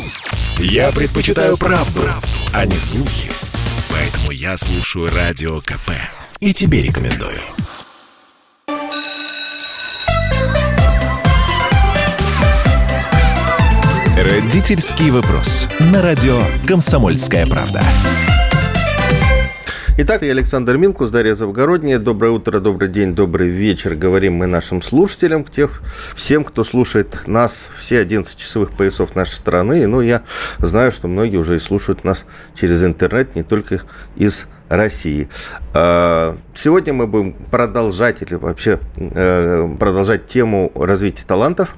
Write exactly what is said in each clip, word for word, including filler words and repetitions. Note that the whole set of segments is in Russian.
Я предпочитаю правду, правду, а не слухи. Поэтому я слушаю Радио КП. И тебе рекомендую. Родительский вопрос. На радио «Комсомольская правда». Итак, я Александр Милкус, Дарья Завгородняя. Доброе утро, добрый день, добрый вечер. Говорим мы нашим слушателям, тех, всем, кто слушает нас все одиннадцать часовых поясов нашей страны. Ну, я знаю, что многие уже и слушают нас через интернет, не только из России. Сегодня мы будем продолжать, или вообще продолжать тему развития талантов.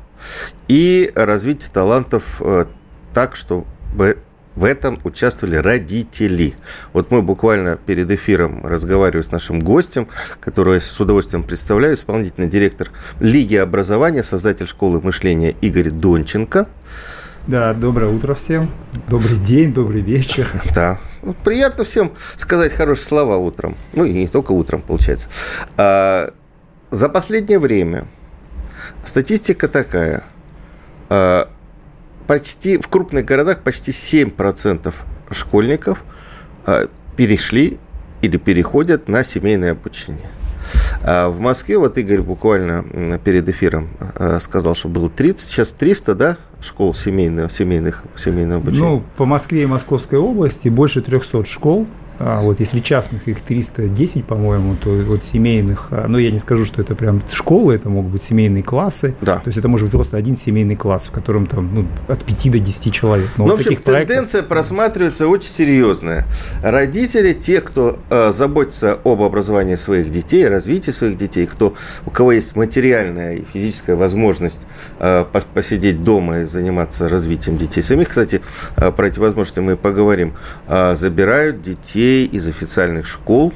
И развитие талантов так, чтобы в этом участвовали родители. Вот мы буквально перед эфиром разговаривали с нашим гостем, которого я с удовольствием представляю, исполнительный директор Лиги образования, создатель школы мышления Игорь Донченко. Да, доброе утро всем. Добрый день, добрый вечер. Да, ну, приятно всем сказать хорошие слова утром. Ну, и не только утром, получается. А, за последнее время статистика такая. А, Почти в крупных городах почти семь процентов школьников э, перешли или переходят на семейное обучение. А в Москве, вот Игорь буквально перед эфиром э, сказал, что было тридцать, сейчас триста, да, школ семейного, семейных, семейного обучения? Ну, по Москве и Московской области больше триста школ. А вот если частных их триста десять, по-моему, то вот семейных, ну, я не скажу, что это прям школы, это могут быть семейные классы. Да. То есть это может быть просто один семейный класс, в котором там ну, от пяти до десяти человек. Но ну, вот в общем, тенденция проектов... просматривается очень серьезная. Родители, те, кто э, заботится об образовании своих детей, развитии своих детей, кто, у кого есть материальная и физическая возможность э, посидеть дома и заниматься развитием детей самих, кстати, э, про эти возможности мы поговорим, э, забирают детей из официальных школ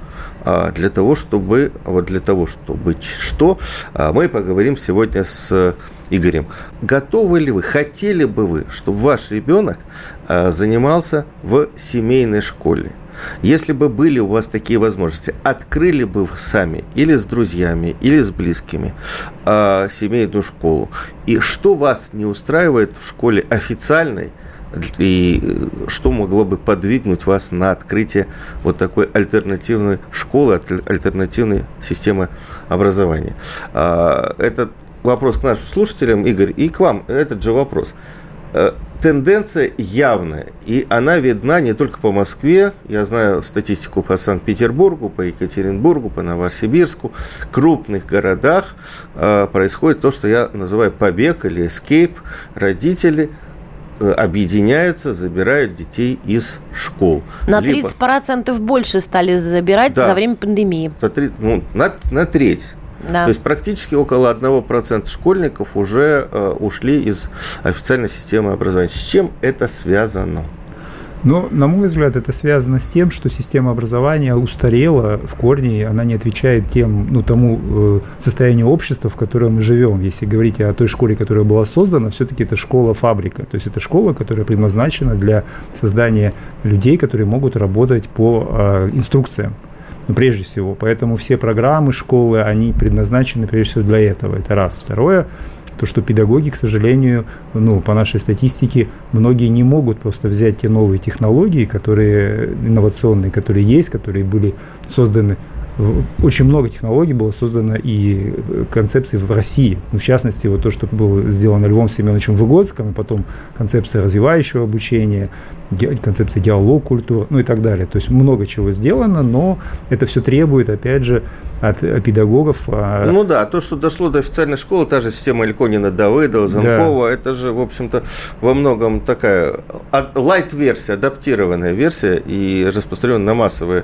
для того, чтобы, вот для того, чтобы что, мы поговорим сегодня с Игорем. Готовы ли вы, хотели бы вы, чтобы ваш ребенок занимался в семейной школе? Если бы были у вас такие возможности, открыли бы вы сами или с друзьями, или с близкими семейную школу? И что вас не устраивает в школе официальной? И что могло бы подвигнуть вас на открытие вот такой альтернативной школы, альтернативной системы образования? Это вопрос к нашим слушателям, Игорь, и к вам этот же вопрос. Тенденция явная, и она видна не только по Москве. Я знаю статистику по Санкт-Петербургу, по Екатеринбургу, по Новосибирску. В крупных городах происходит то, что я называю побег или эскейп. Родители объединяются, забирают детей из школ. На тридцать процентов Либо... больше стали забирать да, за время пандемии. За три... ну, на, на треть. Да. То есть практически около одного процента школьников уже э, ушли из официальной системы образования. С чем это связано? Но, на мой взгляд, это связано с тем, что система образования устарела в корне, она не отвечает тем, ну, тому э, состоянию общества, в котором мы живем. Если говорить о той школе, которая была создана, все-таки это школа-фабрика. То есть это школа, которая предназначена для создания людей, которые могут работать по э, инструкциям. Ну, прежде всего. Поэтому все программы школы, они предназначены прежде всего для этого. Это раз. Второе, то, что педагоги, к сожалению, ну, по нашей статистике, многие не могут просто взять те новые технологии, которые инновационные, которые есть, которые были созданы. Очень много технологий было создано и концепций в России. Ну, в частности, вот то, что было сделано Львом Семеновичем Выгодским, и потом концепция развивающего обучения, концепция диалог культуры, ну и так далее. То есть много чего сделано, но это все требует, опять же, от педагогов. Ну да, то, что дошло до официальной школы, та же система Ильконина, Давыдова, Занкова, да. Это же, в общем-то, во многом такая лайт-версия, адаптированная версия и распространенная на массовые,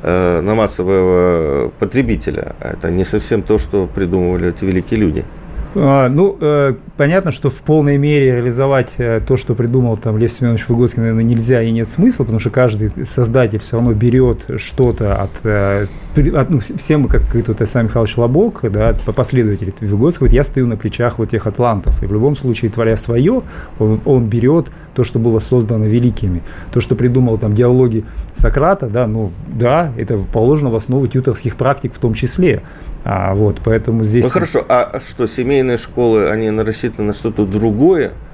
на массового потребителя. Это не совсем то, что придумывали эти великие люди. А, ну, э, понятно, что в полной мере реализовать э, то, что придумал там Лев Семенович Выгодский, наверное, нельзя и нет смысла, потому что каждый создатель все равно берет что-то от, э, от ну, все мы, как говорит вот Александр Михайлович Лобок, да, последователь Выгодского, я стою на плечах вот тех атлантов, и в любом случае, творя свое, он, он берет то, что было создано великими, то, что придумал там диалоги Сократа, да, ну, да, это положено в основу тьюторских практик в том числе, а, вот, поэтому здесь... Ну, хорошо, а что, семейные школы, они рассчитаны на что-то другое?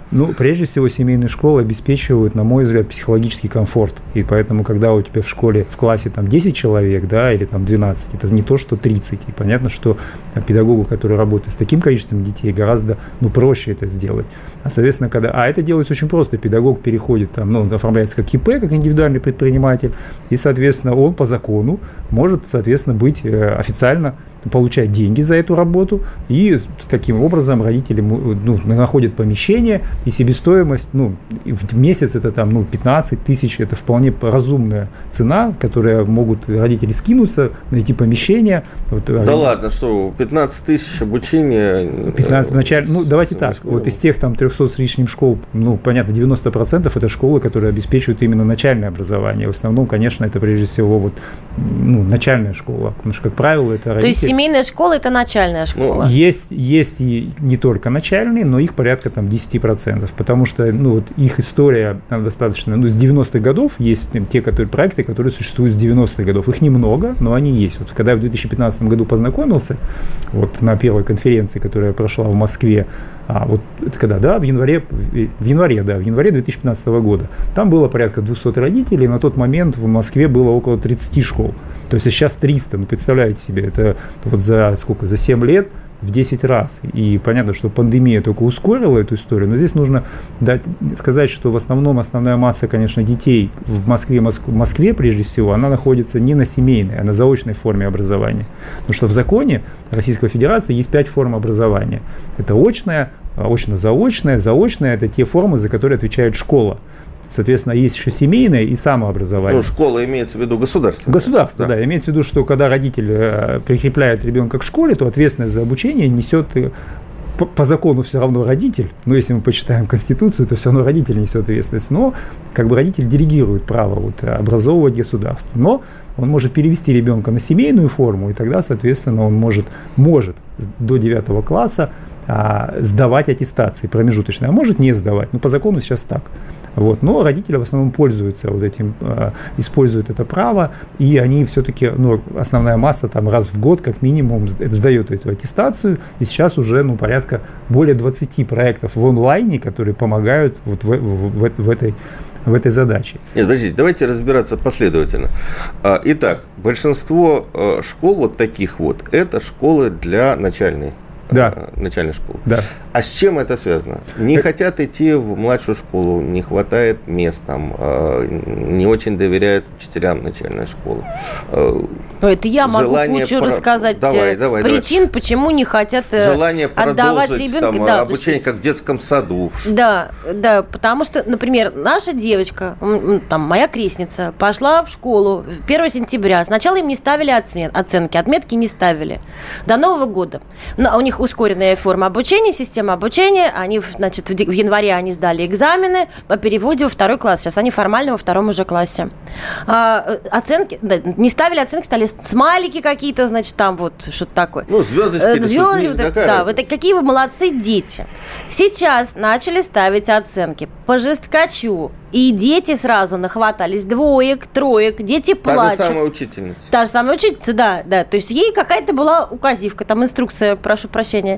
Ну, прежде всего, семейные школы обеспечивают, на мой взгляд, психологический комфорт. И поэтому, когда у тебя в школе в классе там десять человек, да, или там двенадцать, это не то, что тридцать. И понятно, что педагогу, который работает с таким количеством детей, гораздо, ну, проще это сделать. А, соответственно, когда... А это делается очень просто. Педагог переходит там, ну, он оформляется как ИП, как индивидуальный предприниматель, и, соответственно, он по закону может, соответственно, быть э, официально, получать деньги за эту работу, и таким образом родители, ну, находят помещение, и себестоимость, ну, в месяц это там, ну, пятнадцать тысяч, это вполне разумная цена, которая могут родители скинуться, найти помещение. Вот, да они... ладно, что, пятнадцать тысяч обучения... пятнадцать в начале, ну, давайте так, школе. Вот из тех там трехсот с лишним школ, ну, понятно, девяносто процентов это школы, которые обеспечивают именно начальное образование. В основном, конечно, это прежде всего вот, ну, начальная школа, потому что, как правило, это родители... То есть семейная школа – это начальная школа? Есть, есть и не только начальные, но их порядка там десять процентов, потому что, ну, вот их история она достаточно, ну, с девяностых годов есть те которые, проекты, которые существуют с девяностых годов. Их немного, но они есть. Вот когда я в две тысячи пятнадцатом году познакомился, вот на первой конференции, которая прошла в Москве, а вот это когда, да, в январе, в январе, да, в январе две тысячи пятнадцатого года, там было порядка двести родителей, на тот момент в Москве было около тридцать школ. То есть сейчас триста, ну, представляете себе, это вот за сколько, за семь лет в десять раз. И понятно, что пандемия только ускорила эту историю, но здесь нужно дать, сказать, что в основном основная масса, конечно, детей в Москве, Моск, Москве, прежде всего, она находится не на семейной, а на заочной форме образования. Потому что в законе Российской Федерации есть пять форм образования. Это очная, очно-заочная, заочная – это те формы, за которые отвечает школа. Соответственно, есть еще семейное и самообразование. Ну, школа имеется в виду государство. Государство, да. да. Имеется в виду, что когда родитель э, прикрепляет ребенка к школе, то ответственность за обучение несет э, по, по закону все равно родитель. Но если мы почитаем Конституцию, то все равно родитель несет ответственность. Но как бы родитель делегирует право вот, образовывать государство. Но он может перевести ребенка на семейную форму, и тогда, соответственно, он может, может до девятого класса а, сдавать аттестации промежуточные, а может не сдавать. Ну, по закону сейчас так. Вот. Но родители в основном пользуются вот этим, э, используют это право, и они все-таки, ну, основная масса там раз в год как минимум сдает эту аттестацию, и сейчас уже, ну, порядка более двадцати проектов в онлайне, которые помогают вот в, в, в, в этой в этой задаче. Нет, подождите, давайте разбираться последовательно. Итак, большинство школ вот таких вот, это школы для начальной. Да. Начальной школы. Да. А с чем это связано? Не так... хотят идти в младшую школу, не хватает мест там, не очень доверяют учителям начальной школы. Это я могу кучу про... рассказать давай, давай, причин, давай. Почему не хотят Желание отдавать ребенка. Там, да, обучение как в детском саду. Да, да, потому что, например, наша девочка, там, моя крестница, пошла в школу первого сентября. Сначала им не ставили оцен... оценки, отметки не ставили. До Нового года. Но у них ускоренная форма обучения, система обучения. Они, значит, в январе они сдали экзамены по переводе во второй класс. Сейчас они формально во втором уже классе. А, оценки, да, не ставили оценки, стали смайлики какие-то, значит, там вот что-то такое. Ну, звездочки. Звездочки, вот это, да, вот какие вы молодцы дети. Сейчас начали ставить оценки по жесткачу. И дети сразу нахватались двоек, троек, дети плачут. Та же самая учительница. Та же самая учительница, да, да. То есть ей какая-то была указивка, там инструкция, прошу прощения,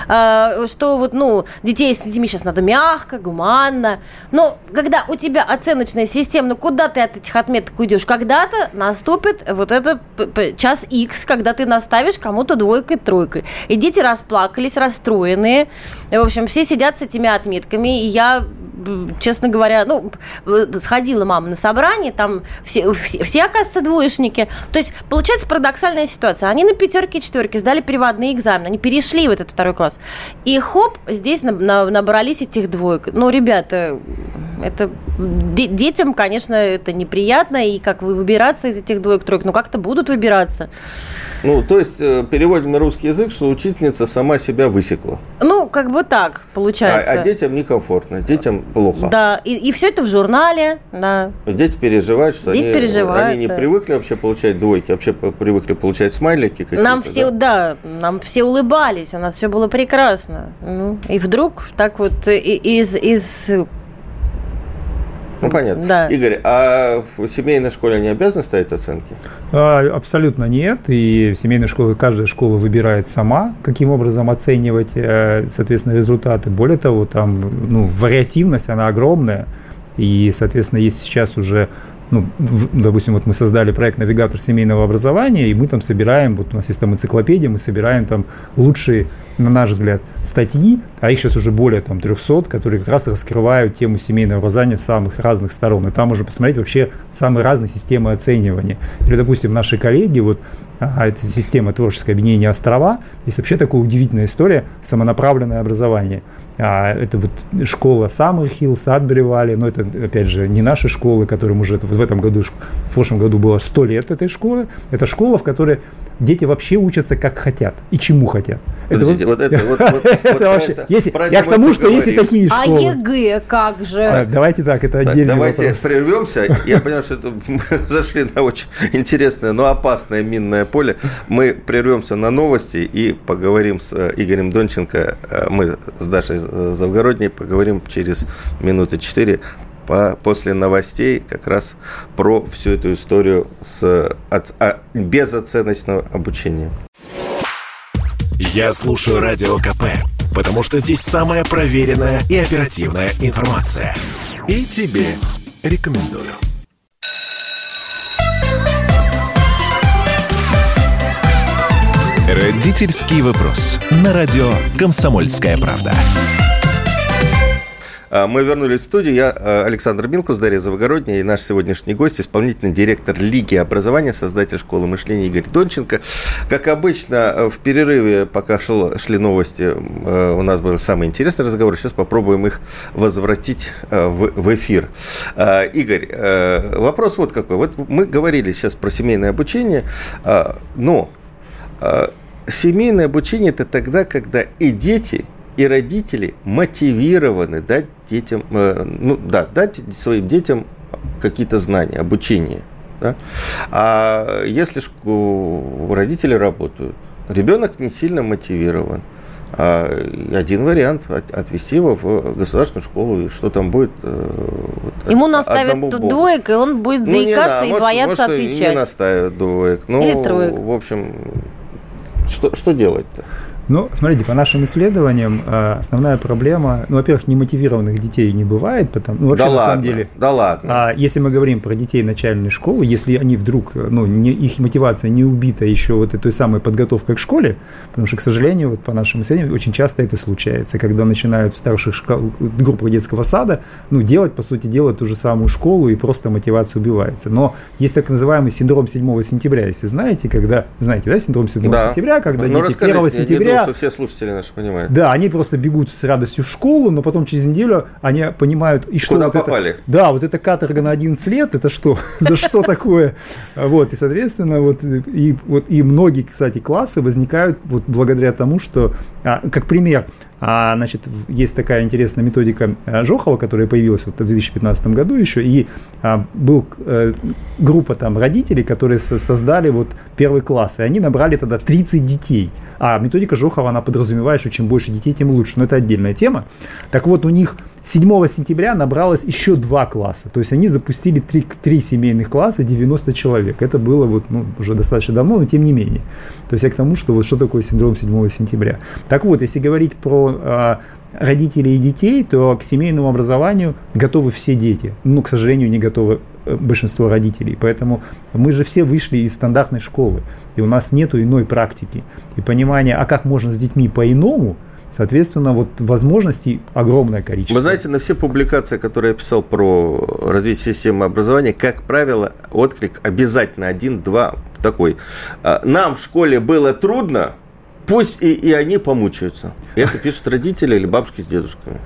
что вот, ну, детей с детьми сейчас надо мягко, гуманно. Но когда у тебя оценочная система, ну, куда ты от этих отметок уйдешь? Когда-то наступит вот этот час X, когда ты наставишь кому-то двойкой, тройкой. И дети расплакались, расстроенные. В общем, все сидят с этими отметками, и я... Честно говоря, ну, сходила мама на собрание, там все, все, все, оказывается, двоечники. То есть, получается парадоксальная ситуация. Они на пятерки и четверки сдали переводные экзамены, они перешли в этот второй класс. И хоп, здесь на, на, набрались этих двоек. Ну, ребята, это детям, конечно, это неприятно, и как вы выбираться из этих двоек, троек, ну, как-то будут выбираться. Ну, то есть, переводим на русский язык, что учительница сама себя высекла. Ну, как бы так, получается. А, а детям некомфортно, детям плохо. Да, и, и все это в журнале, да. Дети переживают, что Дети они, переживают, они не да. привыкли вообще получать двойки, вообще привыкли получать смайлики какие-то. Нам все, да? да, нам все улыбались, у нас все было прекрасно. Ну, и вдруг так вот из... из Ну, понятно. Да. Игорь, а в семейной школе они обязаны ставить оценки? А, абсолютно нет. И в семейной школе каждая школа выбирает сама, каким образом оценивать, соответственно, результаты. Более того, там, ну, вариативность, она огромная. И, соответственно, есть сейчас уже, ну, допустим, вот мы создали проект «Навигатор семейного образования», и мы там собираем, вот у нас есть там энциклопедия, мы собираем там лучшие, на наш взгляд, статьи, а их сейчас уже более там трехсот, которые как раз раскрывают тему семейного образования с самых разных сторон. И там можно посмотреть вообще самые разные системы оценивания. Или, допустим, наши коллеги, вот а, это система творческое объединение «Острова», есть вообще такая удивительная история самонаправленное образование. А, это вот школа Саммерхилл, Садбери Валли, но это, опять же, не наши школы, которым уже вот в этом году, в прошлом году было сто лет этой школы. Это школа, в которой дети вообще учатся как хотят и чему хотят. Это вот, вот это, вот, вот, это вообще. Это, если, я к тому, что есть и такие школы. А ЕГЭ как же? Так, давайте так, это так, отдельный давайте вопрос. прервемся. Я понимаю, что это, мы зашли на очень интересное, но опасное минное поле. Мы прервемся на новости и поговорим с Игорем Донченко. Мы с Дашей Завгородней поговорим через минуты четыре. По, после новостей как раз про всю эту историю с от, а, безоценочного обучения. Я слушаю Радио КП, потому что здесь самая проверенная и оперативная информация. И тебе рекомендую. Родительский вопрос. На радио «Комсомольская правда». Мы вернулись в студию. Я Александр Милкус, Дарья Завгородняя и наш сегодняшний гость, исполнительный директор Лиги образования, создатель школы мышления Игорь Донченко. Как обычно, в перерыве, пока шел, шли новости, у нас был самый интересный разговор. Сейчас попробуем их возвратить в, в эфир. Игорь, вопрос вот какой. Вот мы говорили сейчас про семейное обучение, но семейное обучение – это тогда, когда и дети, и родители мотивированы дать детям, ну да, дать своим детям какие-то знания, обучение. Да? А если родители работают, ребенок не сильно мотивирован. А один вариант – отвести его в государственную школу, и что там будет. Ему наставят двоек, и он будет заикаться ну, и может, бояться может, отвечать. Не наставят двоек. Ну, или троек. В общем, что, что делать-то? Ну, смотрите, по нашим исследованиям основная проблема, ну, во-первых, немотивированных детей не бывает, потому, ну, вообще да на ладно, самом деле. Да ладно. А если мы говорим про детей начальной школы, если они вдруг, ну, не, их мотивация не убита еще вот этой самой подготовкой к школе, потому что, к сожалению, вот по нашим исследованиям очень часто это случается, когда начинают в старших школ, группах детского сада, ну, делать, по сути дела, ту же самую школу, и просто мотивация убивается. Но есть так называемый синдром седьмого сентября, если знаете, когда, знаете, да, синдром седьмого да. сентября, когда ну, дети первого сентября. Что все слушатели наши понимают. Да, они просто бегут с радостью в школу, но потом через неделю они понимают, и что куда вот попали. Это, да, вот эта каторга на одиннадцать лет, это что? За что такое? Вот, и, соответственно, вот и, вот и многие, кстати, классы возникают вот благодаря тому, что, как пример, А, значит, есть такая интересная методика Жохова, которая появилась вот в две тысячи пятнадцатом году еще, и а, был а, группа там родителей, которые со- создали вот первый класс, и они набрали тогда тридцать детей. А методика Жохова, она подразумевает, что чем больше детей, тем лучше, но это отдельная тема. Так вот, у них седьмого сентября набралось еще два класса, то есть они запустили три, три семейных класса, девяносто человек. Это было вот, ну, уже достаточно давно, но тем не менее. То есть я к тому, что вот что такое синдром седьмого сентября. Так вот, если говорить про э, родителей и детей, то к семейному образованию готовы все дети. Но, к сожалению, не готовы большинство родителей. Поэтому мы же все вышли из стандартной школы, и у нас нету иной практики. И понимания, а как можно с детьми по-иному, соответственно, вот возможностей огромное количество. Вы знаете, на все публикации, которые я писал про развитие системы образования, как правило, отклик обязательно один-два такой. Нам в школе было трудно, пусть и, и они помучаются. И это пишут родители или бабушки с дедушками.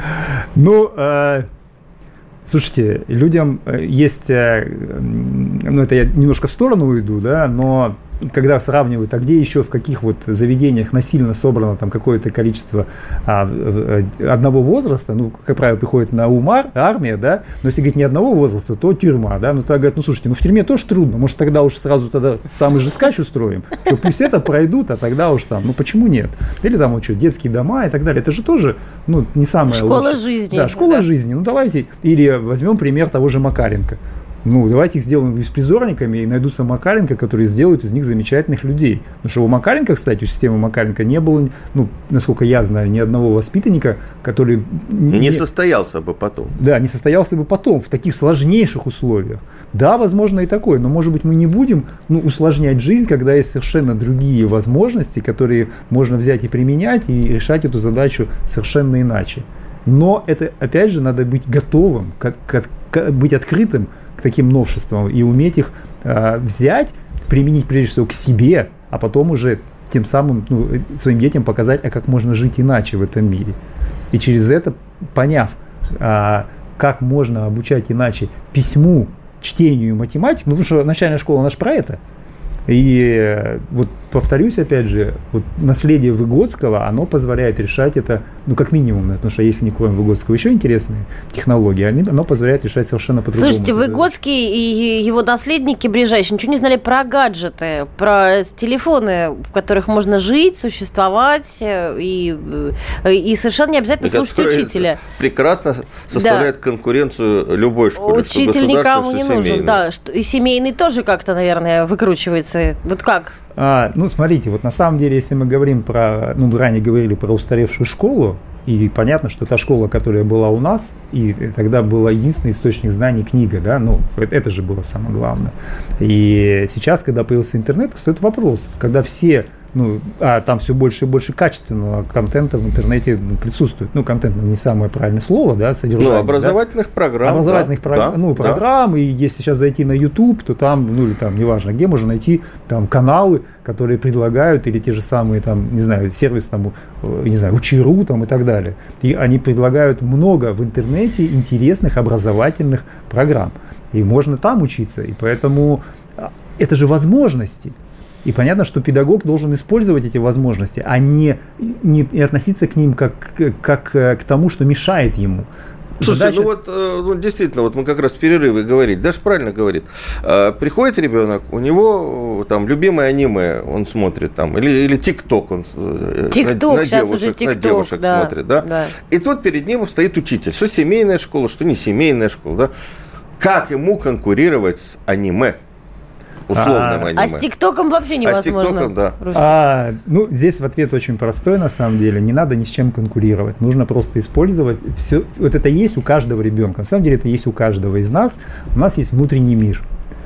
Ну, э, слушайте, людям есть, э, ну это я немножко в сторону уйду, да, но когда сравнивают, а где еще, в каких вот заведениях насильно собрано там какое-то количество а, одного возраста, ну, как правило, приходит на ум ар, армия, да, но если говорить не одного возраста, то тюрьма, да, ну, тогда говорят, ну, слушайте, ну, в тюрьме тоже трудно, может, тогда уж сразу тогда самый же скач устроим, что пусть это пройдут, а тогда уж там, ну, почему нет? Или там, вот что, детские дома и так далее, это же тоже, ну, не самое школа лучшее. жизни. Да, школа да. жизни, ну, давайте, или возьмем пример того же Макаренко. Ну, давайте их сделаем беспризорниками, и найдутся Макаренко, которые сделают из них замечательных людей. Потому что у Макаренко, кстати, у системы Макаренко не было, ну, насколько я знаю, ни одного воспитанника, который... Не, не состоялся бы потом. Да, не состоялся бы потом, в таких сложнейших условиях. Да, возможно и такое, но, может быть, мы не будем, ну, усложнять жизнь, когда есть совершенно другие возможности, которые можно взять и применять, и решать эту задачу совершенно иначе. Но это, опять же, надо быть готовым, как, как, как, быть открытым к таким новшествам и уметь их э, взять, применить прежде всего к себе, а потом уже тем самым ну, своим детям показать, а как можно жить иначе в этом мире. И через это, поняв, э, как можно обучать иначе письму, чтению и математике, ну потому что начальная школа, она же про это. И вот повторюсь, опять же, вот наследие Выгодского, оно позволяет решать это, ну, как минимум, потому что если не кроме Выгодского еще интересные технологии, оно позволяет решать совершенно по-другому. Слушайте, Выгодский и его наследники ближайшие ничего не знали про гаджеты, про телефоны, в которых можно жить, существовать, и, и совершенно не обязательно слушать учителя. Прекрасно составляет да. конкуренцию любой школе. Учитель никому не нужен, да, и семейный тоже как-то, наверное, выкручивается. Вот как? А, ну, смотрите, вот на самом деле, если мы говорим про, ну, мы ранее говорили про устаревшую школу, и понятно, что та школа, которая была у нас, и тогда был единственный источник знаний книга, да, ну, это, это же было самое главное. И сейчас, когда появился интернет, стоит вопрос, когда все, ну, а там все больше и больше качественного контента в интернете ну, присутствует. Ну, контент, ну, не самое правильное слово, да, содержание. Ну, образовательных да? программ. Образовательных да, прог... да, ну, программ, да. И если сейчас зайти на YouTube, то там, ну, или там, неважно, где можно найти там каналы, которые предлагают, или те же самые, там, не знаю, сервис, там, не знаю, Учи.ру, там, и так далее. И они предлагают много в интернете интересных образовательных программ. И можно там учиться. И поэтому это же возможности. И понятно, что педагог должен использовать эти возможности, а не, не относиться к ним как, как к тому, что мешает ему. Слушайте, Задача... ну вот ну, действительно, вот мы как раз в перерыве говорили, Даша правильно говорит. Приходит ребенок, у него там любимое аниме, он смотрит там, или, или ТикТок, он TikTok, на, на, сейчас девушек, уже TikTok, на девушек да, смотрит, да? да. И тут перед ним стоит учитель, что семейная школа, что не семейная школа, да? Как ему конкурировать с аниме? Условным аниме. А с ТикТоком вообще невозможно. А с ТикТоком, да. А, ну, здесь в ответ очень простой, на самом деле. Не надо ни с чем конкурировать. Нужно просто использовать все. Вот это есть у каждого ребенка. На самом деле это есть у каждого из нас. У нас есть внутренний мир.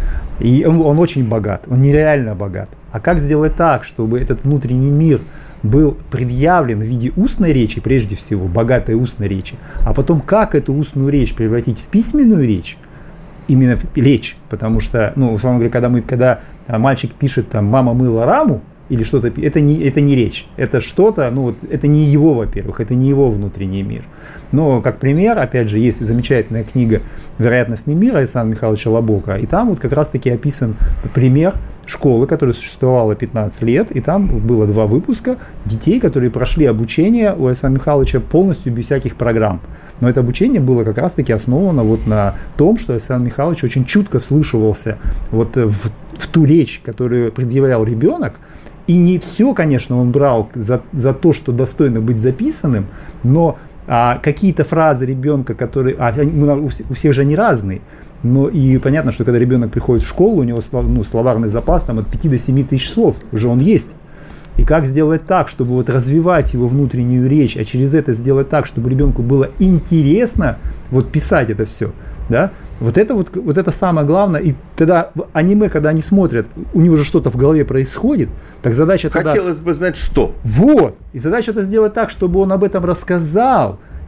И он, он очень богат. Он нереально богат. А как сделать так, чтобы этот внутренний мир был предъявлен в виде устной речи, прежде всего, богатой устной речи, а потом как эту устную речь превратить в письменную речь, именно речь, потому что, ну, условно говоря, когда, мы, когда мальчик пишет там «мама мыла раму», или что-то, это не, это не речь, это что-то, ну, вот, это не его, во-первых, это не его внутренний мир. Но, как пример, опять же, есть замечательная книга «Вероятностный мир» Александра Михайловича Лобока, и там вот как раз-таки описан пример школы, которая существовала пятнадцать лет, и там было два выпуска детей, которые прошли обучение у Александра Михайловича полностью без всяких программ. Но это обучение было как раз-таки основано вот на том, что Александр Михайлович очень чутко вслушивался вот в, в ту речь, которую предъявлял ребенок. И не все, конечно, он брал за, за то, что достойно быть записанным, но а, какие-то фразы ребенка, которые... А, у, у всех же они разные. Но и понятно, что когда ребенок приходит в школу, у него ну, словарный запас там, от пяти до семи тысяч слов уже он есть. И как сделать так, чтобы вот развивать его внутреннюю речь, а через это сделать так, чтобы ребенку было интересно вот писать это все, да? Вот это вот, вот это самое главное. И тогда аниме, когда они смотрят, у него же что-то в голове происходит, так задача тогда... Хотелось бы знать, что. Вот. И задача это сделать так, чтобы он об этом рассказал.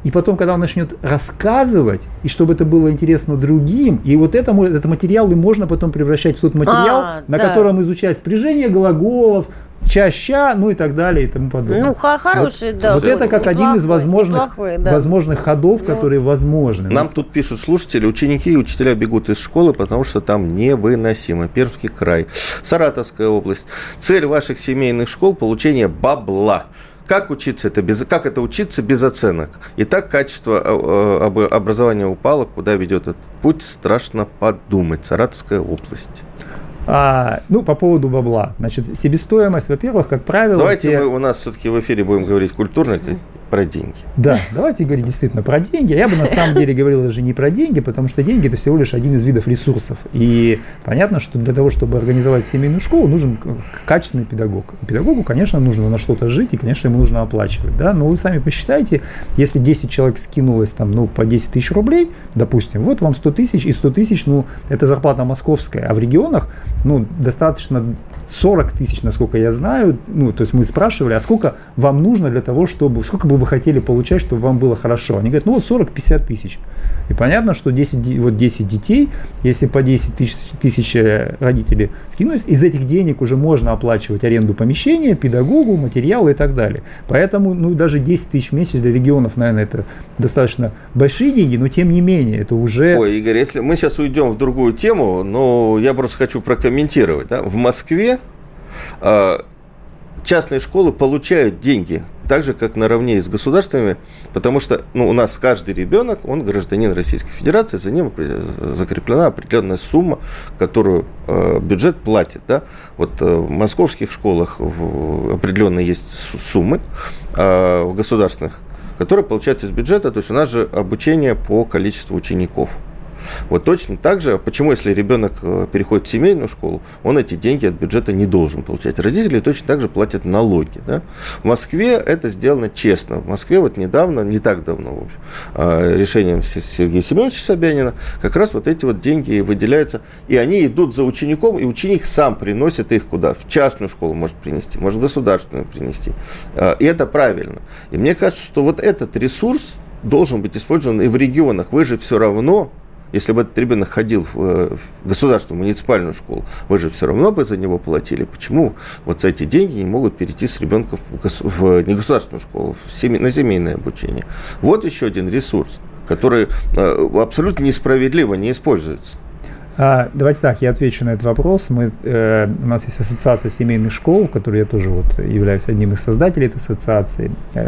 и потом, когда он начнет рассказывать, и чтобы это было интересно другим, и вот это, этот материал и можно потом превращать в тот материал, а, на да. котором изучать спряжение глаголов, чаща, ну и так далее и тому подобное. Ну, хороший, вот, да. Вот это как неплохой, один из возможных, да. возможных ходов, ну, которые возможны. Нам тут пишут слушатели, ученики и учителя бегут из школы, потому что там невыносимо. Пермский край. Саратовская область. Цель ваших семейных школ – получение бабла. Как учиться это без, как это учиться без оценок? Итак, качество образования упало. Куда ведет этот путь, страшно подумать. Саратовская область. А, ну, по поводу бабла. Значит, себестоимость, во-первых, как правило... Давайте те... мы у нас все-таки в эфире будем говорить культурно, про деньги. Да, давайте говорить действительно про деньги. Я бы на самом деле говорил даже не про деньги, потому что деньги – это всего лишь один из видов ресурсов. И понятно, что для того, чтобы организовать семейную школу, нужен качественный педагог. И педагогу, конечно, нужно на что-то жить, и, конечно, ему нужно оплачивать. Да? Но вы сами посчитайте, если десять человек скинулось там, ну, по десять тысяч рублей, допустим, вот вам сто тысяч, и сто тысяч, ну, это зарплата московская, а в регионах, ну, достаточно сорок тысяч, насколько я знаю, ну, то есть мы спрашивали, а сколько вам нужно для того, чтобы, сколько бы вы хотели получать, чтобы вам было хорошо? Они говорят, ну, вот сорок-пятьдесят тысяч. И понятно, что десять, вот десять детей, если по десять тысяч родители скинулись, из этих денег уже можно оплачивать аренду помещения, педагогу, материалы и так далее. Поэтому, ну, даже десять тысяч в месяц для регионов, наверное, это достаточно большие деньги, но тем не менее, это уже... Ой, Игорь, если мы сейчас уйдем в другую тему, но я просто хочу прокомментировать. Да? В Москве э, частные школы получают деньги, так же, как наравне с государственными, потому что, ну, у нас каждый ребенок, он гражданин Российской Федерации, за ним закреплена определенная сумма, которую э, бюджет платит. Да? Вот э, в московских школах в, определенно есть суммы, э, в государственных, которые получают из бюджета, то есть у нас же обучение по количеству учеников. Вот точно так же, почему, если ребенок переходит в семейную школу, он эти деньги от бюджета не должен получать. Родители точно так же платят налоги. Да? В Москве это сделано честно. В Москве вот недавно, не так давно, в общем, решением Сергея Семеновича Собянина, как раз вот эти вот деньги выделяются, и они идут за учеником, и ученик сам приносит их куда? В частную школу может принести, может в государственную принести. И это правильно. И мне кажется, что вот этот ресурс должен быть использован и в регионах. Вы же все равно... Если бы этот ребенок ходил в государственную муниципальную школу, вы же все равно бы за него платили. Почему вот эти деньги не могут перейти с ребенка в, гос... в не государственную школу, в семей... на семейное обучение? Вот еще один ресурс, который абсолютно несправедливо не используется. А, давайте так, я отвечу на этот вопрос. Мы, э, у нас есть ассоциация семейных школ, в которой я тоже вот являюсь одним из создателей этой ассоциации.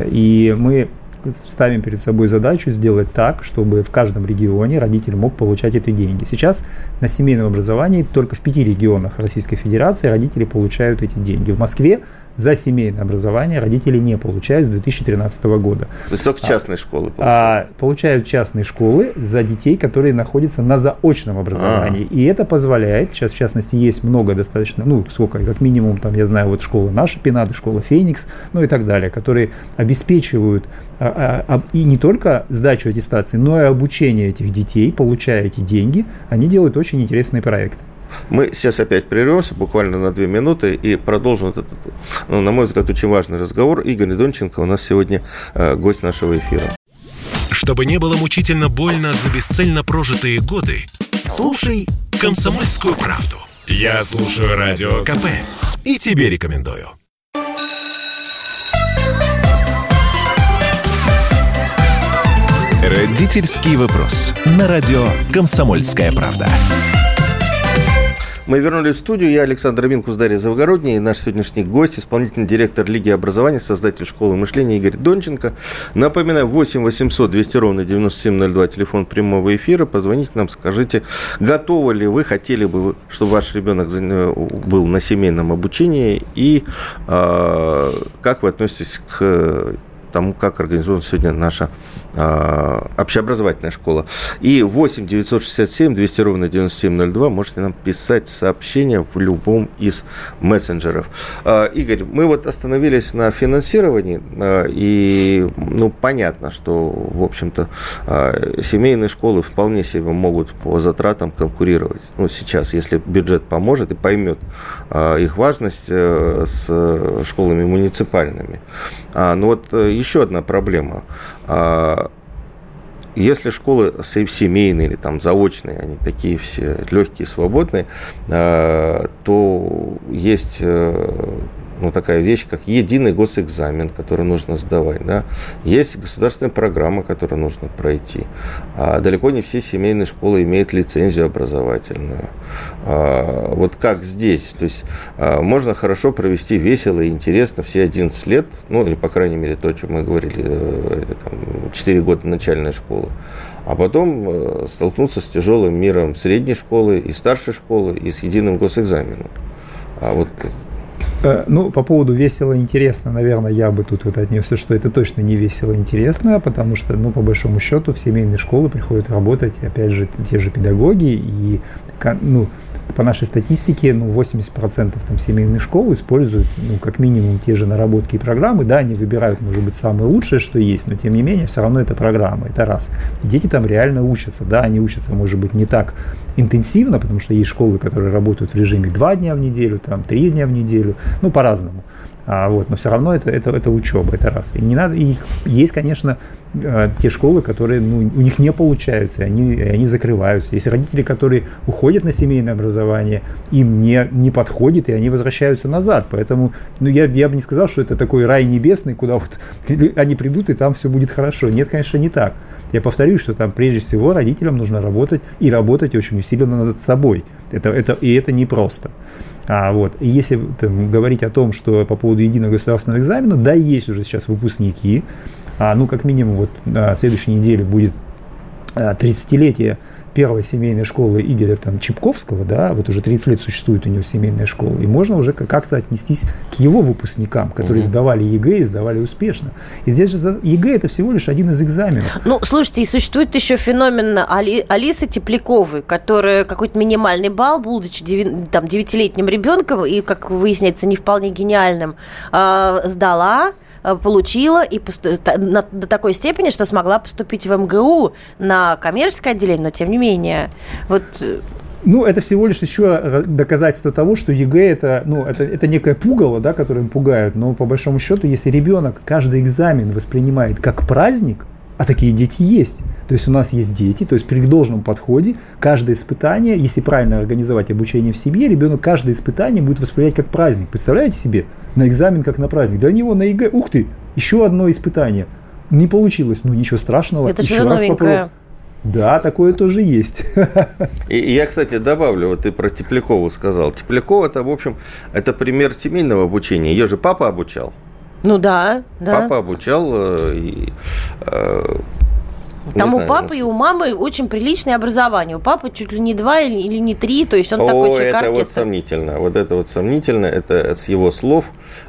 И мы ставим перед собой задачу сделать так, чтобы в каждом регионе родитель мог получать эти деньги. Сейчас на семейном образовании только в пяти регионах Российской Федерации родители получают эти деньги. В Москве за семейное образование родители не получают с две тысячи тринадцатого года. То есть только частные а, школы получают? А, получают частные школы за детей, которые находятся на заочном образовании. А-а-а. И это позволяет, сейчас в частности есть много достаточно, ну сколько, как минимум, там я знаю, вот школа наша Пенаты, школа Феникс, ну и так далее, которые обеспечивают а, а, а, и не только сдачу аттестации, но и обучение этих детей, получая эти деньги, они делают очень интересные проекты. Мы сейчас опять прервемся буквально на две минуты и продолжим этот, ну, на мой взгляд, очень важный разговор. Игорь Недонченко у нас сегодня э, гость нашего эфира. Чтобы не было мучительно больно за бесцельно прожитые годы, слушай «Комсомольскую правду». Я слушаю Радио КП и тебе рекомендую. Родительский вопрос. На радио «Комсомольская правда». Мы вернулись в студию. Я Александр Минкус, Дарья Завгородняя, и наш сегодняшний гость, исполнительный директор Лиги образования, создатель школы мышления Игорь Донченко. Напоминаю, восемь восемьсот двести ровно девяносто семь ноль два, телефон прямого эфира. Позвоните нам, скажите, готовы ли вы, хотели бы вы, чтобы ваш ребенок был на семейном обучении, и э, как вы относитесь к тому, как организована сегодня наша э, общеобразовательная школа. И восемь девятьсот шестьдесят семь двести ровно девяносто семь ноль два можете нам писать сообщения в любом из мессенджеров. Э, Игорь, мы вот остановились на финансировании, э, и ну, понятно, что, в общем-то, э, семейные школы вполне себе могут по затратам конкурировать. Ну, сейчас, если бюджет поможет и поймет э, их важность э, с школами муниципальными. А, ну вот э, еще одна проблема. если школы семейные или там заочные, они такие все легкие, свободные, то есть ну, такая вещь, как единый госэкзамен, который нужно сдавать. Да? Есть государственная программа, которую нужно пройти. А далеко не все семейные школы имеют лицензию образовательную. А вот как здесь? То есть можно хорошо провести весело и интересно все одиннадцать лет, ну или, по крайней мере, то, о чем мы говорили, там, четыре года начальной школы. А потом столкнуться с тяжелым миром средней школы и старшей школы и с единым госэкзаменом. А вот... Ну, по поводу весело и интересно, наверное, я бы тут вот отнесся, что это точно не весело и интересно, потому что, ну, по большому счету, в семейные школы приходят работать, опять же, те же педагоги, и, ну, по нашей статистике, ну, восемьдесят процентов там семейных школ используют, ну, как минимум, те же наработки и программы, да, они выбирают, может быть, самое лучшее, что есть, но, тем не менее, все равно это программа, это раз. И дети там реально учатся, да, они учатся, может быть, не так интенсивно, потому что есть школы, которые работают в режиме два дня в неделю, там, три дня в неделю, ну, по-разному. А, вот, но все равно это, это, это учеба, это раз. И не надо, и есть, конечно, те школы, которые, ну, у них не получаются, и они, и они закрываются. Есть родители, которые уходят на семейное образование, им не, не подходит, и они возвращаются назад. Поэтому, ну, я, я бы не сказал, что это такой рай небесный, куда вот они придут, и там все будет хорошо. Нет, конечно, не так. Я повторюсь, что там прежде всего родителям нужно работать, и работать очень усиленно над собой. Это, это, и это непросто. А, вот. И если там, говорить о том, что по поводу единого государственного экзамена, да, есть уже сейчас выпускники, а, ну, как минимум, вот на следующей неделе будет тридцатилетие первой семейной школы Игоря там, Чепковского, да, вот уже тридцать лет существует у него семейная школа, и можно уже как-то отнестись к его выпускникам, которые угу. сдавали ЕГЭ и сдавали успешно. И здесь же ЕГЭ это всего лишь один из экзаменов. Ну, слушайте, и существует еще феномен Али, Алисы Тепляковой, которая какой-то минимальный балл, будучи деви, там, девятилетним ребенком и, как выясняется, не вполне гениальным, э, сдала, получила и поступ... до такой степени, что смогла поступить в эм гэ у на коммерческое отделение, но тем не менее. Вот... Ну, это всего лишь еще доказательство того, что ЕГЭ это, ну, это, это некое пугало, да, которым пугают, но по большому счету, если ребенок каждый экзамен воспринимает как праздник, а такие дети есть. То есть у нас есть дети, то есть при должном подходе каждое испытание, если правильно организовать обучение в семье, ребенок каждое испытание будет воспринимать как праздник. Представляете себе? На экзамен как на праздник. Да у него на ЕГЭ, ух ты, еще одно испытание. Не получилось, ну ничего страшного. Это что новенькое. Да, такое тоже есть. И, и я, кстати, добавлю, вот ты про Теплякову сказал. Теплякова, это, в общем, это пример семейного обучения. Ее же папа обучал. Ну да, да. Папа обучал и... Э, Там не у знаю, папы нас... и у мамы очень приличное образование. У папы чуть ли не два или, или не три, то есть он О, такой человек это вот сомнительно. Вот это вот сомнительно, это с его слов.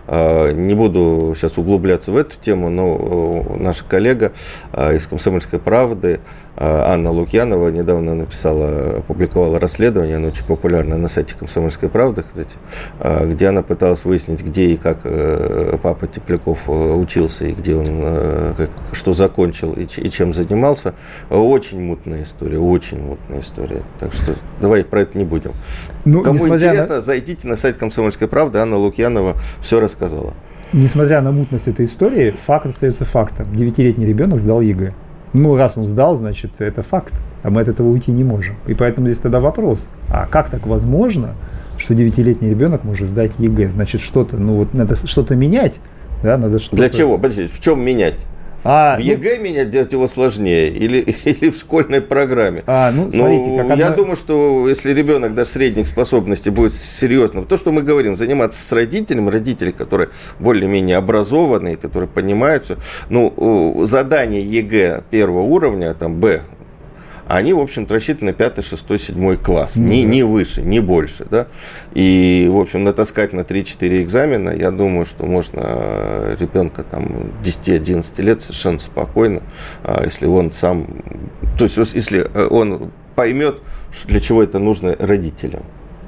Не буду сейчас углубляться в эту тему, но наша коллега из «Комсомольской правды» Анна Лукьянова недавно написала, опубликовала расследование, оно очень популярное на сайте «Комсомольской правды», кстати, где она пыталась выяснить, где и как папа Тепляков учился, и где он, что закончил и чем занимался. Очень мутная история, очень мутная история. Так что давай про это не будем. Ну, кому интересно, на... зайдите на сайт «Комсомольской правды», Анна Лукьянова все рассказала. Несмотря на мутность этой истории, факт остается фактом. Девятилетний ребенок сдал ЕГЭ. Ну, раз он сдал, значит, это факт, а мы от этого уйти не можем. И поэтому здесь тогда вопрос, а как так возможно, что девятилетний ребенок может сдать ЕГЭ? Значит, что-то, ну вот надо что-то менять, да, надо что-то... Для чего? Подождите, в чем менять? А, в ЕГЭ ну, менять делать его сложнее или, или в школьной программе? А, ну, смотрите, ну, как я одна... думаю, что если ребенок даже средних способностей будет серьезным, то, что мы говорим, заниматься с родителем, родители, которые более-менее образованные, которые понимают все, ну, задание ЕГЭ первого уровня, там, Б, они, в общем-то, рассчитаны на пятый, шестой, седьмой класс, mm-hmm. не, не выше, не больше, да, и, в общем, натаскать на три-четыре экзамена, я думаю, что можно ребенка, там, десять-одиннадцать лет совершенно спокойно, если он сам, то есть, если он поймет, для чего это нужно родителям.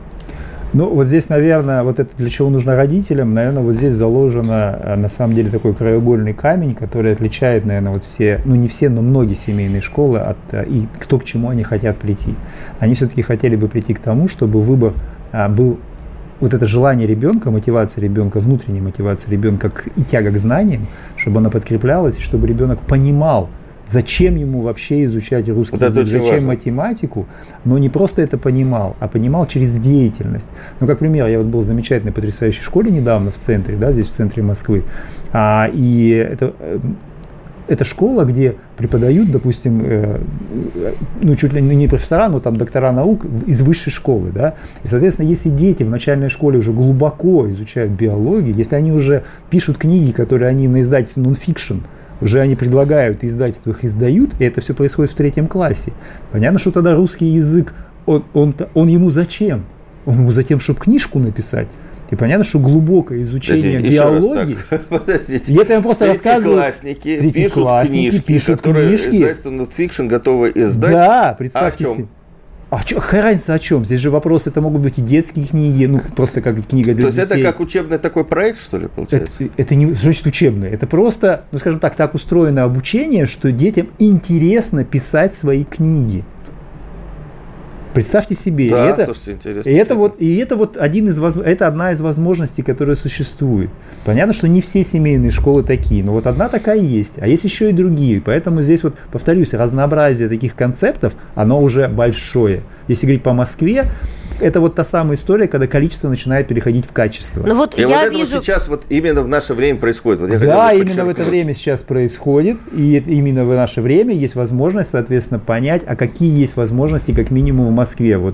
Ну, вот здесь, наверное, вот это для чего нужно родителям, наверное, вот здесь заложено, на самом деле, такой краеугольный камень, который отличает, наверное, вот все, ну, не все, но многие семейные школы от, и кто к чему они хотят прийти. Они все-таки хотели бы прийти к тому, чтобы выбор а, был, вот это желание ребенка, мотивация ребенка, внутренняя мотивация ребенка и тяга к знаниям, чтобы она подкреплялась, и чтобы ребенок понимал, Зачем ему вообще изучать русский вот язык, зачем важно. математику, но не просто это понимал, а понимал через деятельность. Ну, как пример, я вот был в замечательной, потрясающей школе недавно в центре, да, здесь в центре Москвы, а, и это, это школа, где преподают, допустим, э, ну, чуть ли не профессора, но там доктора наук из высшей школы, да, и, соответственно, если дети в начальной школе уже глубоко изучают биологию, если они уже пишут книги, которые они на издательстве non-fiction, уже они предлагают, издательства их издают, и это все происходит в третьем классе. Понятно, что тогда русский язык, он, он, он ему зачем? Он ему затем, чтобы книжку написать. И понятно, что глубокое изучение Подожди, биологии... Подождите. И это я просто рассказываю. Третьеклассники пишут книжки, пишут которые книжки. издательство non-fiction готово издать. Да, представьте а себе. А чё, какая разница о чем? Здесь же вопрос, это могут быть и детские книги, ну просто как книга для То детей. есть это как учебный такой проект, что ли, получается? Это, это не значит учебное, это просто, ну скажем так, так устроено обучение, что детям интересно писать свои книги. Представьте себе, Да, и это, слушайте, интересно. и это вот, и это вот один из, это одна из возможностей, которая существует. Понятно, что не все семейные школы такие, но вот одна такая есть, а есть еще и другие. Поэтому здесь вот, повторюсь, разнообразие таких концептов, оно уже большое. Если говорить по Москве, это вот та самая история, когда количество начинает переходить в качество. Ну вот и я вот это вижу... вот сейчас вот именно в наше время происходит. Вот я да, именно в это время сейчас происходит, и именно в наше время есть возможность, соответственно, понять, а какие есть возможности, как минимум в Москве. Вот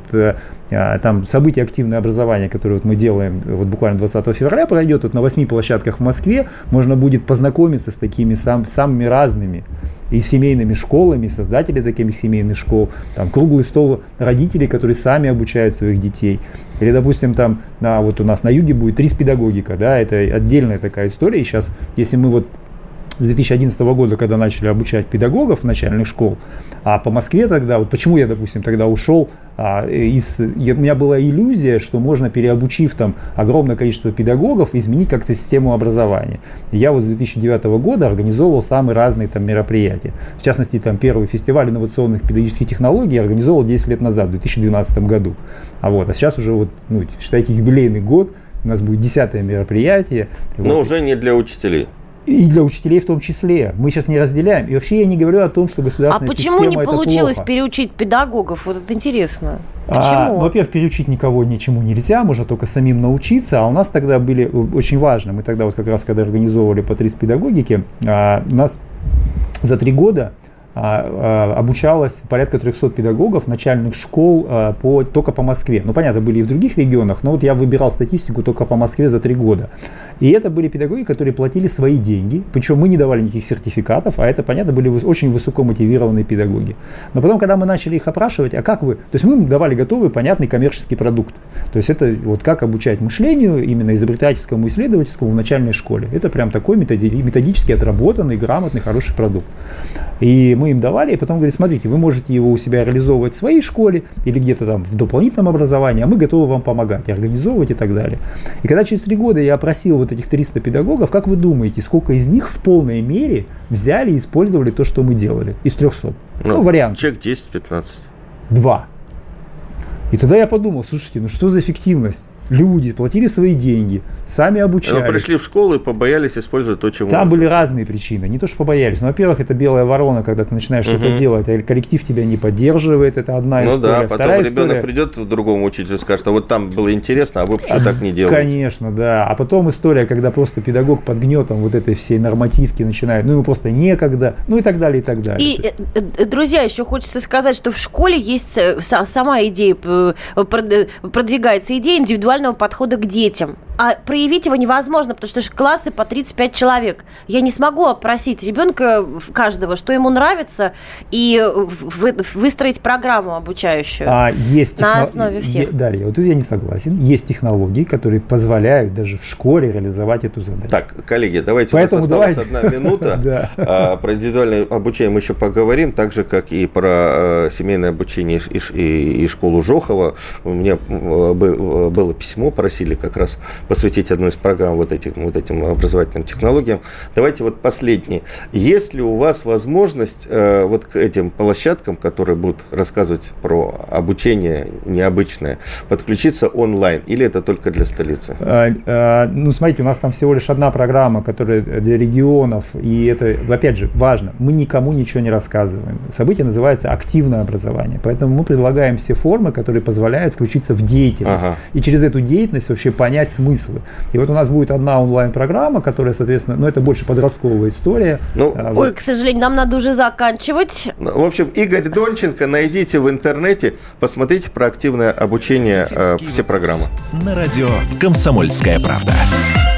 там событие «Активное образование», которое вот мы делаем вот буквально двадцатого февраля пройдет, вот на восьми площадках в Москве можно будет познакомиться с такими сам, самыми разными и семейными школами, создатели таких семейных школ, там круглый стол родителей, которые сами обучают своих детей. Или, допустим, там на, вот у нас на юге будет РИС-педагогика, да, это отдельная такая история. И сейчас, если мы вот с две тысячи одиннадцатого года, когда начали обучать педагогов начальных школ, а по Москве тогда, вот почему я, допустим, тогда ушел, а, из, я, у меня была иллюзия, что можно, переобучив там огромное количество педагогов, изменить как-то систему образования. И я вот с две тысячи девятого года организовывал самые разные там мероприятия. В частности, там первый фестиваль инновационных педагогических технологий я организовал десять лет назад, в две тысячи двенадцатом году. А, вот, а сейчас уже, вот, ну, считайте, юбилейный год, у нас будет десятое мероприятие. Но вот. Уже не для учителей. И для учителей в том числе. Мы сейчас не разделяем. И вообще я не говорю о том, что государственная система А почему система не получилось плохо. переучить педагогов? Вот это интересно. Почему? А, ну, во-первых, переучить никого ничему нельзя, можно только самим научиться. А у нас тогда были очень важно. Мы тогда вот как раз, когда организовывали по РИС-педагогике, а, у нас за три года а, а, обучалось порядка трехсот педагогов начальных школ а, по, только по Москве. Ну, понятно, были и в других регионах, но вот я выбирал статистику только по Москве за три года. И это были педагоги, которые платили свои деньги, причем мы не давали никаких сертификатов, а это, понятно, были очень высокомотивированные педагоги. Но потом, когда мы начали их опрашивать, а как вы? То есть мы им давали готовый, понятный коммерческий продукт. То есть это вот как обучать мышлению, именно изобретательскому, исследовательскому в начальной школе. Это прям такой методически отработанный, грамотный, хороший продукт. И мы им давали, и потом говорили, смотрите, вы можете его у себя реализовывать в своей школе или где-то там в дополнительном образовании, а мы готовы вам помогать, организовывать и так далее. И когда через три года я опросил вот этих триста педагогов, как вы думаете, сколько из них в полной мере взяли и использовали то, что мы делали? Из трехсот. Ну, ну вариант. Человек десять-пятнадцать. Два. И тогда я подумал, слушайте, ну что за эффективность? Люди платили свои деньги, сами обучались. Но пришли в школу и побоялись использовать то, чему... Там были разные причины. Не то, что побоялись. Но, во-первых, это белая ворона, когда ты начинаешь uh-huh. что-то делать, а коллектив тебя не поддерживает. Это одна ну история. Ну да, Вторая потом ребенок история... придет к другому учителю и скажет, а вот там было интересно, а вы почему так не делаете? Конечно, да. А потом история, когда просто педагог под гнетом вот этой всей нормативки начинает, ну ему просто некогда, ну и так далее, и так далее. И, друзья, еще хочется сказать, что в школе есть сама идея, продвигается идея индивидуального подхода к детям. А проявить его невозможно, потому что классы по тридцать пять человек. Я не смогу опросить ребенка каждого, что ему нравится, и выстроить программу обучающую а есть на техно... основе всех. Дарья, вот тут я не согласен. Есть технологии, которые позволяют даже в школе реализовать эту задачу. Так, коллеги, давайте, Поэтому у нас осталась одна минута. Про индивидуальное обучение мы еще поговорим, так же, как и про семейное обучение и школу Жохова. У меня было письмо, просили как раз посвятить одну из программ вот этим, вот этим образовательным технологиям. Давайте вот последний. Есть ли у вас возможность э, вот к этим площадкам, которые будут рассказывать про обучение необычное, подключиться онлайн, или это только для столицы? А, а, ну, смотрите, у нас там всего лишь одна программа, которая для регионов, и это, опять же, важно, мы никому ничего не рассказываем. Событие называется «Активное образование», поэтому мы предлагаем все формы, которые позволяют включиться в деятельность, ага. и через эту деятельность вообще понять смыслы. И вот у нас будет одна онлайн-программа, которая, соответственно, ну, это больше подростковая история. Ну, а, ой, вот. К сожалению, нам надо уже заканчивать. В общем, Игорь Донченко, найдите в интернете, посмотрите про активное обучение, э, все программы. На радио «Комсомольская правда».